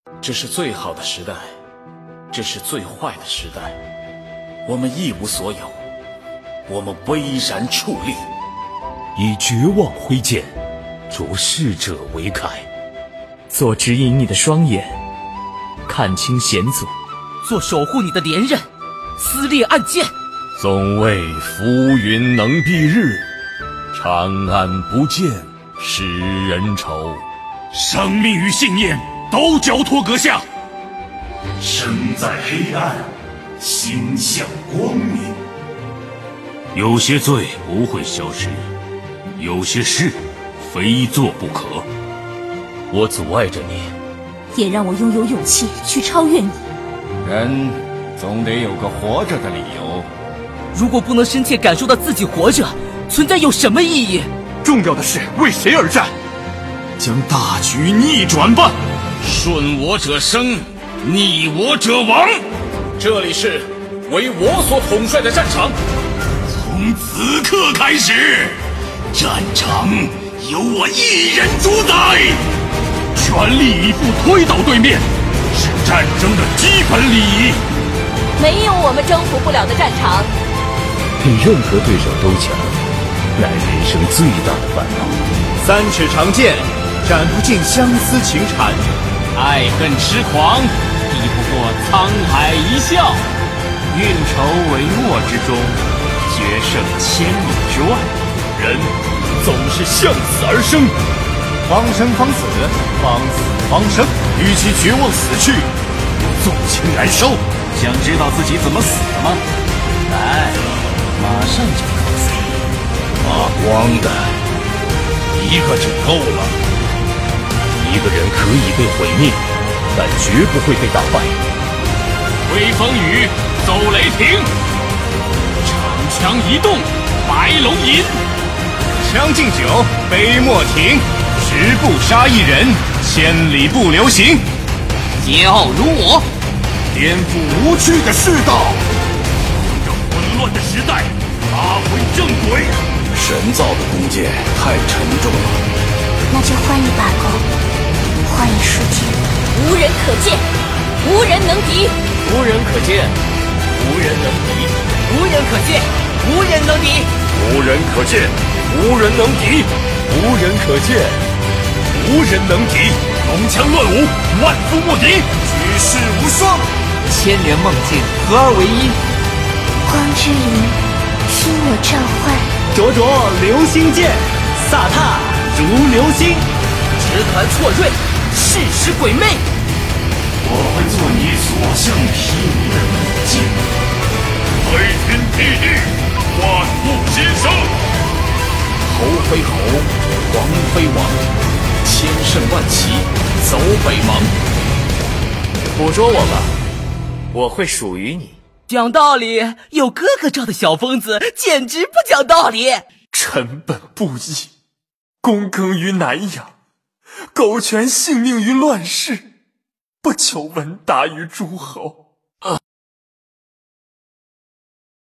这是最好的时代，这是最坏的时代。我们一无所有，我们巍然矗立， 以绝望挥剑，着逝者为铠。 做指引你的双眼，看清险阻； 做守护你的连刃，撕裂暗箭。 总为浮云能蔽日，长安不见使人愁。 生命与信念都交托阁下。 生在黑暗，心向光明。 有些罪不会消失，有些事非做不可。 我阻碍着你， 也让我拥有勇气去超越你。 人总得有个活着的理由。 如果不能深切感受到自己活着，存在有什么意义？ 重要的是为谁而战，将大局逆转吧。顺我者生，逆我者亡。 这里是为我所统帅的战场。 从此刻开始，战场由我一人主宰， 全力以赴推倒对面，是战争的基本礼仪。 没有我们征服不了的战场。 比任何对手都强，乃人生最大的烦恼。 3尺长剑，斩不尽相思情缠； 爱恨痴狂，抵不过沧海一笑。运筹帷幄之中，决胜千里之外。 人总是向死而生， 方生方死，方死方生。 与其绝望死去，纵情燃烧。 想知道自己怎么死的吗？来，马上就告诉你。 发光的一个就够了。一个人可以被毁灭，但绝不会被打败。 挥风雨，奏雷霆，长枪一动，白龙吟。 将进酒，杯莫停。10步杀一人，千里不留行。 桀骜如我， 颠覆无趣的世道，让混乱的时代拉回正轨。 神造的弓箭太沉重了， 那就换一把弓，换一书剑。无人可见，无人能敌。 无人可见，无人能敌； 无人可见，无人能敌。 无人可见，无人能敌；无人可见，无人能敌。 龙枪乱舞，万夫莫敌，举世无双。 千年梦境合而为一。 光之灵，听我召唤。 灼灼流星剑，飒沓如流星。 直团错锐，世时鬼魅。 我会做你所向披靡的猛将，飞天霹雳，万物新生。 侯非侯，王非王，千胜万骑走北邙。 捕捉我吧，我会属于你。 讲道理，有哥哥这样的小疯子，简直不讲道理。 臣本布衣，躬耕于南阳，苟全性命于乱世，不求闻达于诸侯。